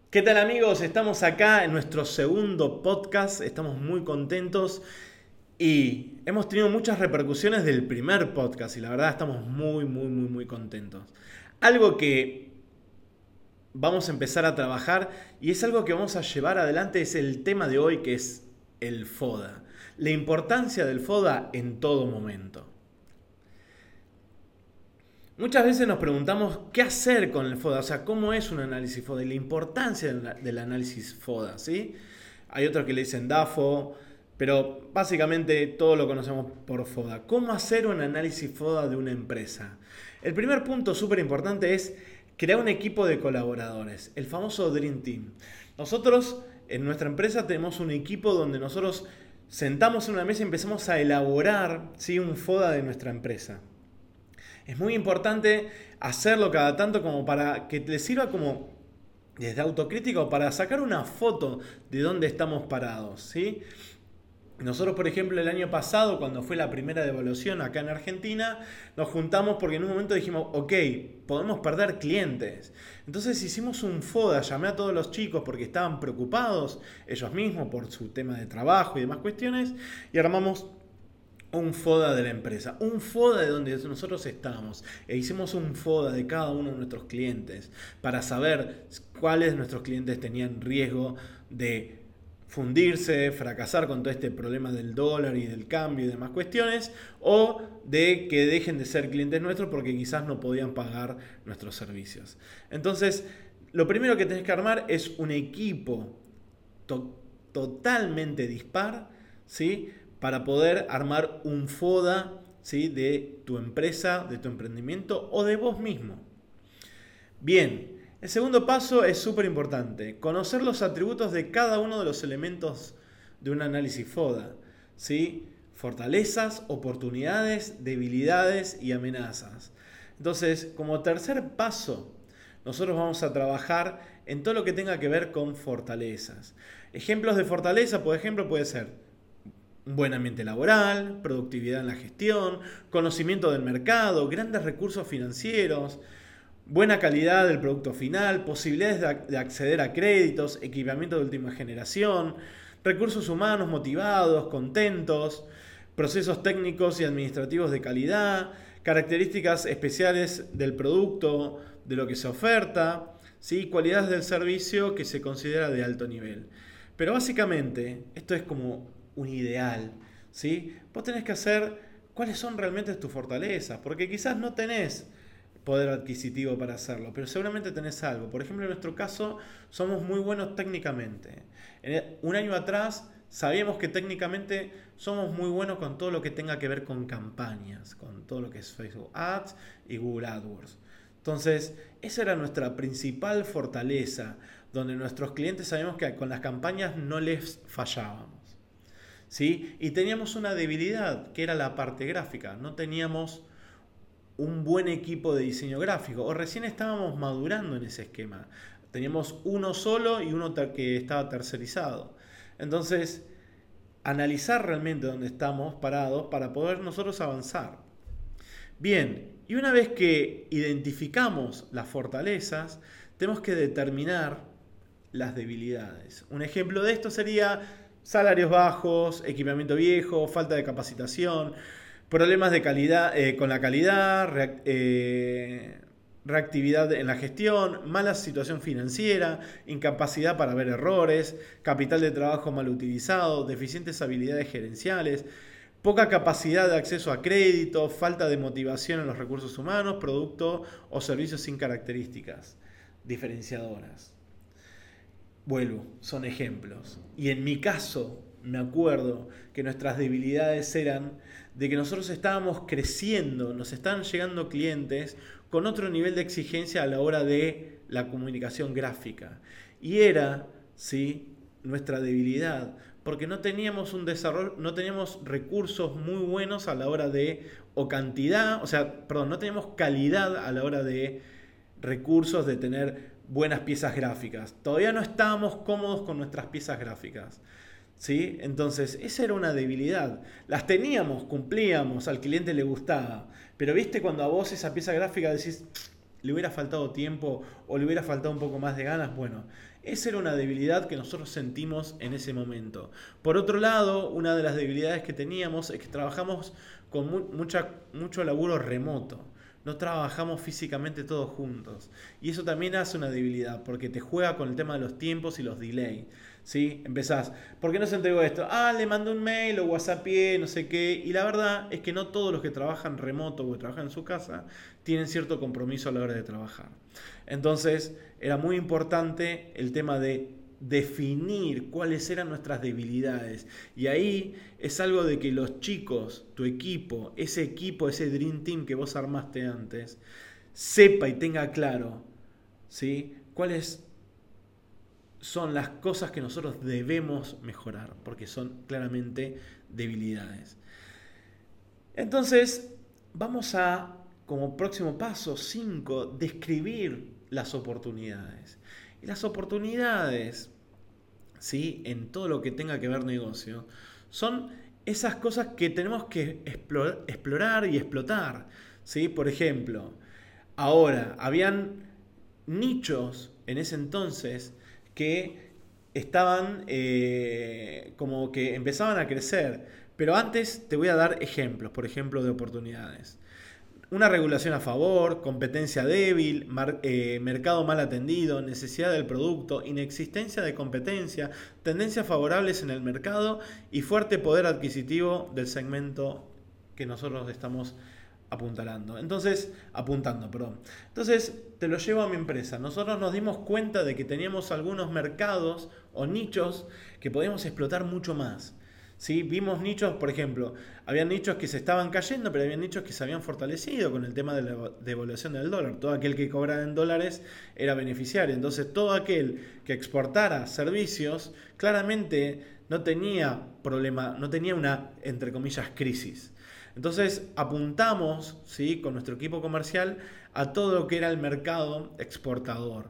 ¿Qué tal amigos? Estamos acá en nuestro segundo podcast, estamos muy contentos y hemos tenido muchas repercusiones del primer podcast y la verdad estamos muy contentos. Algo que vamos a empezar a trabajar y es algo que vamos a llevar adelante es el tema de hoy que es el FODA. La importancia del FODA en todo momento. Muchas veces nos preguntamos qué hacer con el FODA, o sea, cómo es un análisis FODA y la importancia del análisis FODA, ¿sí? Hay otros que le dicen DAFO, pero básicamente todo lo conocemos por FODA. ¿Cómo hacer un análisis FODA de una empresa? El primer punto súper importante es crear un equipo de colaboradores, el famoso Dream Team. Nosotros en nuestra empresa tenemos un equipo donde nosotros sentamos en una mesa y empezamos a elaborar, ¿sí?, un FODA de nuestra empresa. Es muy importante hacerlo cada tanto como para que te sirva como desde autocrítica o para sacar una foto de dónde estamos parados, ¿sí? Nosotros, por ejemplo, el año pasado, cuando fue la primera devaluación acá en Argentina, nos juntamos porque en un momento dijimos, ok, podemos perder clientes. Entonces hicimos un FODA, llamé a todos los chicos porque estaban preocupados ellos mismos por su tema de trabajo y demás cuestiones, y armamos un FODA de la empresa, un FODA de donde nosotros estamos. E hicimos un FODA de cada uno de nuestros clientes para saber cuáles de nuestros clientes tenían riesgo de fundirse, fracasar con todo este problema del dólar y del cambio y demás cuestiones, o de que dejen de ser clientes nuestros porque quizás no podían pagar nuestros servicios. Entonces, lo primero que tenés que armar es un equipo totalmente dispar, ¿sí?, para poder armar un FODA, ¿sí?, de tu empresa, de tu emprendimiento o de vos mismo. Bien, el segundo paso es súper importante, conocer los atributos de cada uno de los elementos de un análisis FODA, ¿sí? Fortalezas, oportunidades, debilidades y amenazas. Entonces, como tercer paso, nosotros vamos a trabajar en todo lo que tenga que ver con fortalezas. Ejemplos de fortaleza, por ejemplo, puede ser un buen ambiente laboral, productividad en la gestión, conocimiento del mercado, grandes recursos financieros, buena calidad del producto final, posibilidades de acceder a créditos, equipamiento de última generación, recursos humanos motivados, contentos, procesos técnicos y administrativos de calidad, características especiales del producto, de lo que se oferta, ¿sí?, cualidades del servicio que se considera de alto nivel. Pero básicamente, esto es como un ideal, ¿sí? Vos tenés que hacer cuáles son realmente tus fortalezas, porque quizás no tenés poder adquisitivo para hacerlo, pero seguramente tenés algo. Por ejemplo, en nuestro caso, somos muy buenos técnicamente. Un año atrás sabíamos que técnicamente somos muy buenos con todo lo que tenga que ver con campañas, con todo lo que es Facebook Ads y Google AdWords. Entonces, esa era nuestra principal fortaleza, donde nuestros clientes sabíamos que con las campañas no les fallábamos, ¿sí? Y teníamos una debilidad, que era la parte gráfica. No teníamos un buen equipo de diseño gráfico, o recién estábamos madurando en ese esquema. Teníamos uno solo y uno que estaba tercerizado. Entonces, analizar realmente dónde estamos parados para poder nosotros avanzar. Bien, y una vez que identificamos las fortalezas, tenemos que determinar las debilidades. Un ejemplo de esto sería salarios bajos, equipamiento viejo, falta de capacitación, problemas de calidad, con la calidad, reactividad en la gestión, mala situación financiera, incapacidad para ver errores, capital de trabajo mal utilizado, deficientes habilidades gerenciales, poca capacidad de acceso a crédito, falta de motivación en los recursos humanos, producto o servicios sin características diferenciadoras. Vuelvo, son ejemplos. Y en mi caso, me acuerdo que nuestras debilidades eran de que nosotros estábamos creciendo, nos estaban llegando clientes con otro nivel de exigencia a la hora de la comunicación gráfica. Y era, ¿sí?, nuestra debilidad, porque no teníamos un desarrollo, no teníamos recursos muy buenos a la hora de, o cantidad, o sea, perdón, no teníamos calidad a la hora de recursos, de tener buenas piezas gráficas. Todavía no estábamos cómodos con nuestras piezas gráficas, ¿sí? Entonces, esa era una debilidad. Las teníamos, cumplíamos, al cliente le gustaba. Pero viste cuando a vos esa pieza gráfica decís, le hubiera faltado tiempo o le hubiera faltado un poco más de ganas. Bueno, esa era una debilidad que nosotros sentimos en ese momento. Por otro lado, una de las debilidades que teníamos es que trabajamos con mucho laburo remoto. No trabajamos físicamente todos juntos. Y eso también hace una debilidad, porque te juega con el tema de los tiempos y los delays. ¿Sí? Empezás, ¿por qué no se entregó esto? Le mandé un mail o WhatsAppé, no sé qué. Y la verdad es que no todos los que trabajan remoto o que trabajan en su casa tienen cierto compromiso a la hora de trabajar. Entonces, era muy importante el tema de definir cuáles eran nuestras debilidades. Y ahí es algo de que los chicos, tu equipo, ese Dream Team que vos armaste antes, sepa y tenga claro, ¿sí?, cuáles son las cosas que nosotros debemos mejorar, porque son claramente debilidades. Entonces, vamos a, como próximo paso 5, describir las oportunidades. Y las oportunidades, ¿sí?, en todo lo que tenga que ver negocio, son esas cosas que tenemos que explorar y explotar, ¿sí? Por ejemplo, ahora, habían nichos en ese entonces que estaban como que empezaban a crecer. Pero antes te voy a dar ejemplos, por ejemplo, de oportunidades. Una regulación a favor, competencia débil, mercado mal atendido, necesidad del producto, inexistencia de competencia, tendencias favorables en el mercado y fuerte poder adquisitivo del segmento que nosotros estamos apuntando, perdón. Entonces, te lo llevo a mi empresa. Nosotros nos dimos cuenta de que teníamos algunos mercados o nichos que podíamos explotar mucho más. ¿Sí? Vimos nichos, por ejemplo, había nichos que se estaban cayendo, pero había nichos que se habían fortalecido con el tema de la devaluación del dólar. Todo aquel que cobrara en dólares era beneficiario. Entonces, todo aquel que exportara servicios, claramente no tenía problema, no tenía una, entre comillas, crisis. Entonces apuntamos, ¿sí?, con nuestro equipo comercial a todo lo que era el mercado exportador.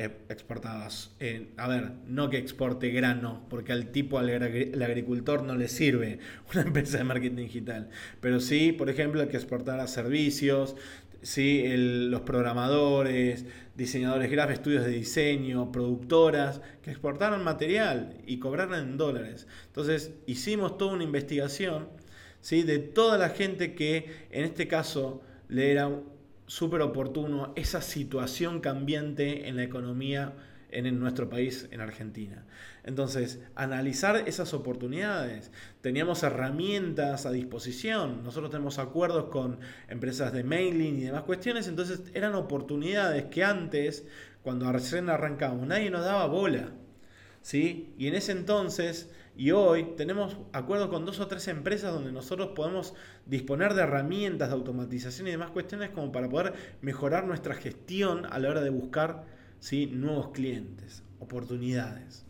No que exporte grano, porque al agricultor no le sirve una empresa de marketing digital, pero sí, por ejemplo, el que exportara servicios, sí, los programadores, diseñadores gráficos, estudios de diseño, productoras, que exportaran material y cobraran en dólares. Entonces hicimos toda una investigación, ¿sí?, de toda la gente que en este caso le era súper oportuno esa situación cambiante en la economía en nuestro país, en Argentina. Entonces, analizar esas oportunidades. Teníamos herramientas a disposición. Nosotros tenemos acuerdos con empresas de mailing y demás cuestiones. Entonces, eran oportunidades que antes, cuando recién arrancamos, nadie nos daba bola, ¿sí? Y en ese entonces y hoy tenemos acuerdos con 2 o 3 empresas donde nosotros podemos disponer de herramientas de automatización y demás cuestiones como para poder mejorar nuestra gestión a la hora de buscar, ¿sí?, nuevos clientes, oportunidades.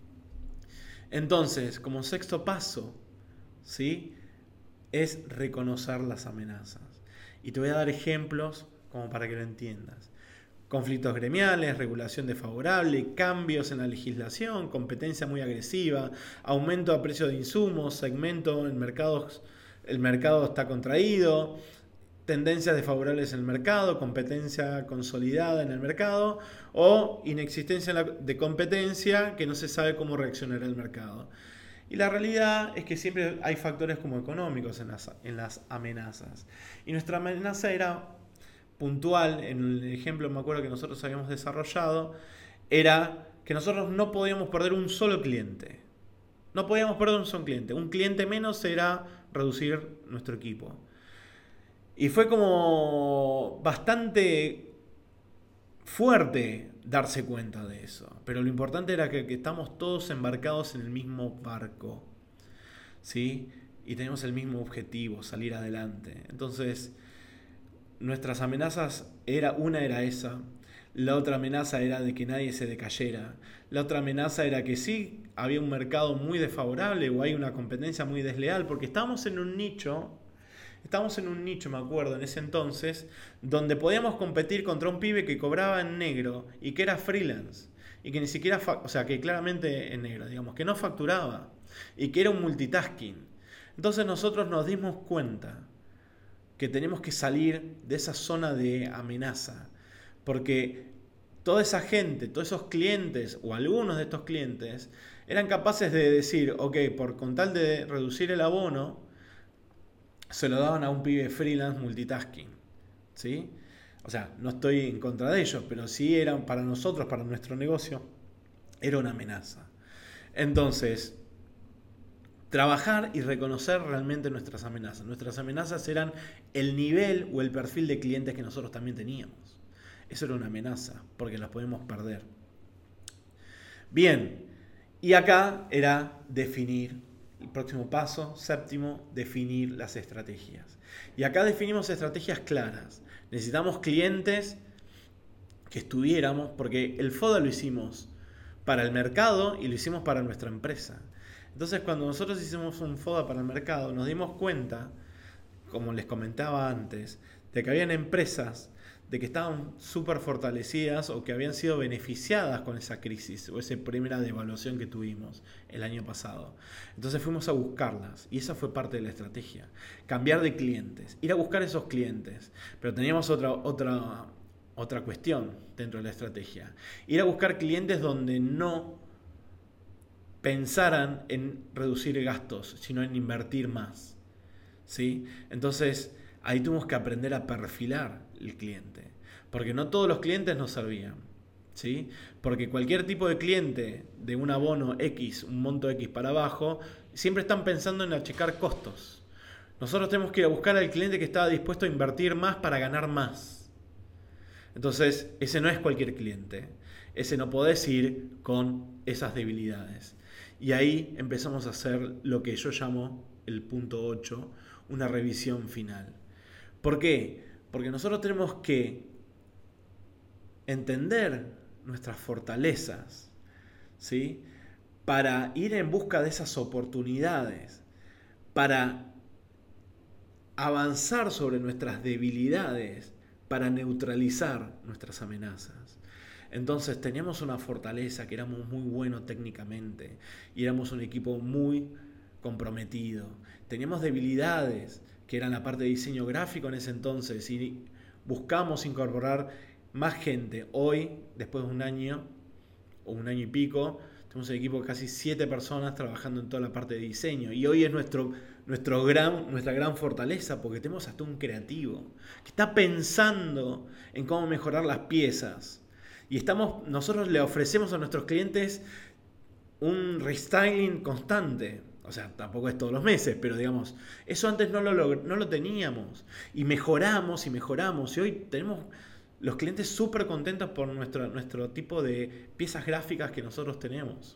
Entonces, como sexto paso, ¿sí?, es reconocer las amenazas. Y te voy a dar ejemplos como para que lo entiendas. Conflictos gremiales, regulación desfavorable, cambios en la legislación, competencia muy agresiva, aumento a precio de insumos, segmento en mercados, el mercado está contraído, tendencias desfavorables en el mercado, competencia consolidada en el mercado o inexistencia de competencia que no se sabe cómo reaccionará el mercado. Y la realidad es que siempre hay factores como económicos en las amenazas. Y nuestra amenaza era puntual, en el ejemplo me acuerdo que nosotros habíamos desarrollado, era que nosotros no podíamos perder un solo cliente. No podíamos perder un solo cliente. Un cliente menos era reducir nuestro equipo. Y fue como bastante fuerte darse cuenta de eso. Pero lo importante era que estamos todos embarcados en el mismo barco, ¿sí? Y tenemos el mismo objetivo, salir adelante. Entonces, nuestras amenazas era esa, la otra amenaza era de que nadie se decayera, la otra amenaza era que sí había un mercado muy desfavorable o hay una competencia muy desleal, porque estábamos en un nicho, me acuerdo, en ese entonces, donde podíamos competir contra un pibe que cobraba en negro y que era freelance, y que ni siquiera, que claramente en negro, digamos, que no facturaba, y que era un multitasking. Entonces nosotros nos dimos cuenta que tenemos que salir de esa zona de amenaza, Porque toda esa gente, todos esos clientes o algunos de estos clientes eran capaces de decir, ok, con tal de reducir el abono, se lo daban a un pibe freelance multitasking. ¿Sí? O sea, no estoy en contra de ellos, pero sí eran para nosotros, para nuestro negocio, era una amenaza. Entonces, trabajar y reconocer realmente nuestras amenazas. Nuestras amenazas eran el nivel o el perfil de clientes que nosotros también teníamos. Eso era una amenaza, porque las podemos perder. Bien, y acá era definir, el próximo paso, séptimo, definir las estrategias. Y acá definimos estrategias claras. Necesitamos clientes que estuviéramos, porque el FODA lo hicimos para el mercado y lo hicimos para nuestra empresa. Entonces, cuando nosotros hicimos un FODA para el mercado, nos dimos cuenta, como les comentaba antes, de que habían empresas de que estaban súper fortalecidas o que habían sido beneficiadas con esa crisis o esa primera devaluación que tuvimos el año pasado. Entonces fuimos a buscarlas y esa fue parte de la estrategia. Cambiar de clientes, ir a buscar esos clientes. Pero teníamos otra cuestión dentro de la estrategia. Ir a buscar clientes donde no pensaran en reducir gastos, sino en invertir más. ¿Sí? Entonces, ahí tuvimos que aprender a perfilar el cliente, porque no todos los clientes nos servían, ¿sí? Porque cualquier tipo de cliente de un abono X, un monto X para abajo, siempre están pensando en achicar costos. Nosotros tenemos que ir a buscar al cliente que estaba dispuesto a invertir más para ganar más. Entonces, ese no es cualquier cliente. Ese no podés ir con esas debilidades. Y ahí empezamos a hacer lo que yo llamo el punto 8, una revisión final. ¿Por qué? Porque nosotros tenemos que entender nuestras fortalezas, ¿sí? Para ir en busca de esas oportunidades, para avanzar sobre nuestras debilidades, para neutralizar nuestras amenazas. Entonces teníamos una fortaleza, que éramos muy buenos técnicamente y éramos un equipo muy comprometido. Teníamos debilidades, que eran la parte de diseño gráfico en ese entonces, y buscamos incorporar más gente. Hoy, después de un año o un año y pico, tenemos un equipo de casi 7 personas trabajando en toda la parte de diseño, y hoy es nuestra gran fortaleza, porque tenemos hasta un creativo que está pensando en cómo mejorar las piezas, y nosotros le ofrecemos a nuestros clientes un restyling constante. O sea, tampoco es todos los meses, pero digamos, eso antes no lo teníamos. Y mejoramos, y hoy tenemos los clientes súper contentos por nuestro tipo de piezas gráficas que nosotros tenemos.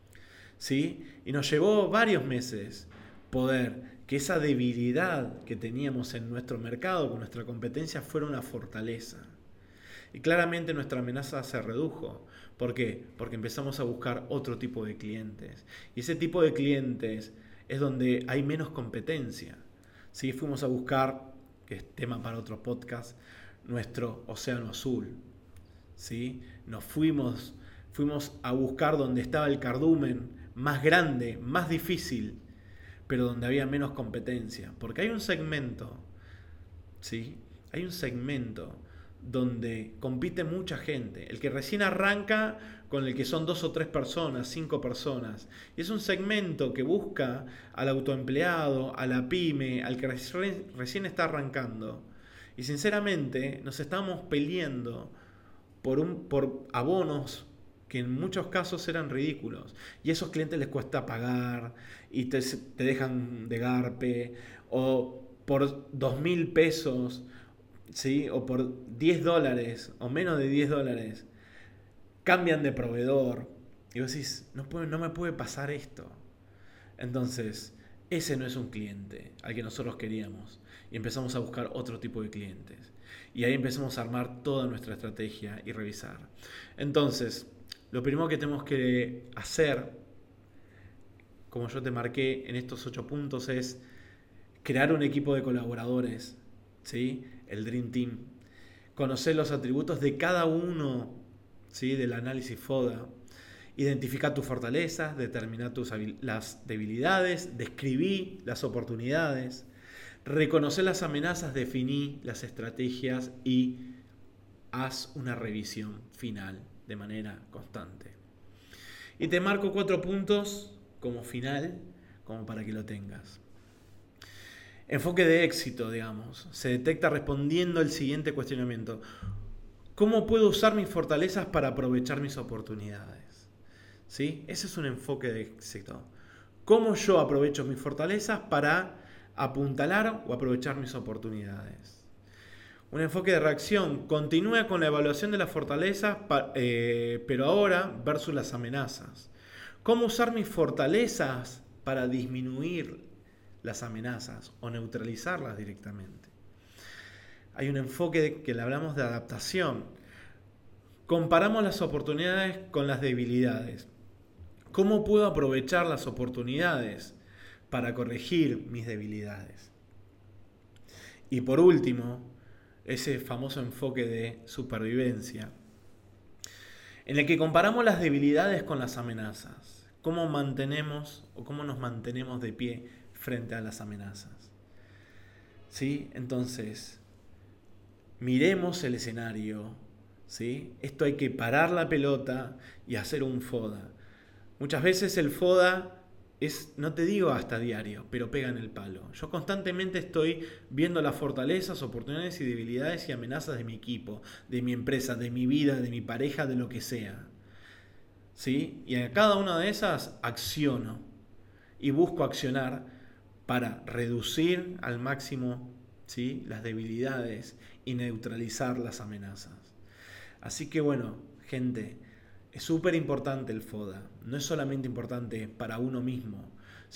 ¿Sí? Y nos llevó varios meses poder que esa debilidad que teníamos en nuestro mercado, con nuestra competencia, fuera una fortaleza. Y claramente nuestra amenaza se redujo. ¿Por qué? Porque empezamos a buscar otro tipo de clientes. Y ese tipo de clientes es donde hay menos competencia. ¿Sí? Fuimos a buscar, que es tema para otro podcast, nuestro océano azul. ¿Sí? Fuimos a buscar donde estaba el cardumen más grande, más difícil, pero donde había menos competencia. Porque hay un segmento, ¿sí? Hay un segmento donde compite mucha gente. El que recién arranca, con el que son 2 o 3 personas, 5 personas. Y es un segmento que busca al autoempleado, a la pyme, al que recién está arrancando. Y sinceramente nos estamos peleando por abonos que en muchos casos eran ridículos. Y a esos clientes les cuesta pagar y te dejan de garpe, o por 2.000 pesos, ¿sí? O por $10 o menos de $10 cambian de proveedor, y vos decís, no me puede pasar esto. Entonces, ese no es un cliente al que nosotros queríamos, y empezamos a buscar otro tipo de clientes, y ahí empezamos a armar toda nuestra estrategia y revisar. Entonces, lo primero que tenemos que hacer, como yo te marqué en estos 8 puntos, es crear un equipo de colaboradores, ¿sí? El Dream Team. Conocer los atributos de cada uno, ¿sí? Del análisis FODA. Identificar tus fortalezas, determinar las debilidades, describir las oportunidades, reconocer las amenazas, definir las estrategias y haz una revisión final de manera constante. Y te marco 4 puntos como final, como para que lo tengas. Enfoque de éxito, digamos, se detecta respondiendo el siguiente cuestionamiento. ¿Cómo puedo usar mis fortalezas para aprovechar mis oportunidades? ¿Sí? Ese es un enfoque de éxito. ¿Cómo yo aprovecho mis fortalezas para apuntalar o aprovechar mis oportunidades? Un enfoque de reacción. Continúa con la evaluación de las fortalezas, pero ahora versus las amenazas. ¿Cómo usar mis fortalezas para disminuir las amenazas o neutralizarlas directamente? Hay un enfoque que le hablamos de adaptación. Comparamos las oportunidades con las debilidades. ¿Cómo puedo aprovechar las oportunidades para corregir mis debilidades? Y por último, ese famoso enfoque de supervivencia, en el que comparamos las debilidades con las amenazas. ¿Cómo mantenemos o cómo nos mantenemos de pie frente a las amenazas? ¿Sí? Entonces, miremos el escenario, ¿sí? Esto hay que parar la pelota y hacer un FODA. Muchas veces el FODA es, no te digo hasta diario, pero pega en el palo. Yo constantemente estoy viendo las fortalezas, oportunidades y debilidades y amenazas de mi equipo, de mi empresa, de mi vida, de mi pareja, de lo que sea. ¿Sí? Y en cada una de esas acciono y busco accionar para reducir al máximo, ¿sí?, las debilidades y neutralizar las amenazas. Así que bueno, gente, es súper importante el FODA. No es solamente importante para uno mismo,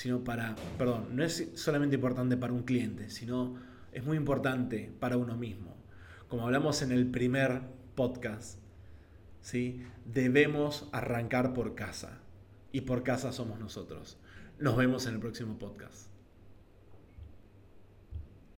no es solamente importante para un cliente, sino es muy importante para uno mismo. Como hablamos en el primer podcast, ¿sí?, debemos arrancar por casa. Y por casa somos nosotros. Nos vemos en el próximo podcast.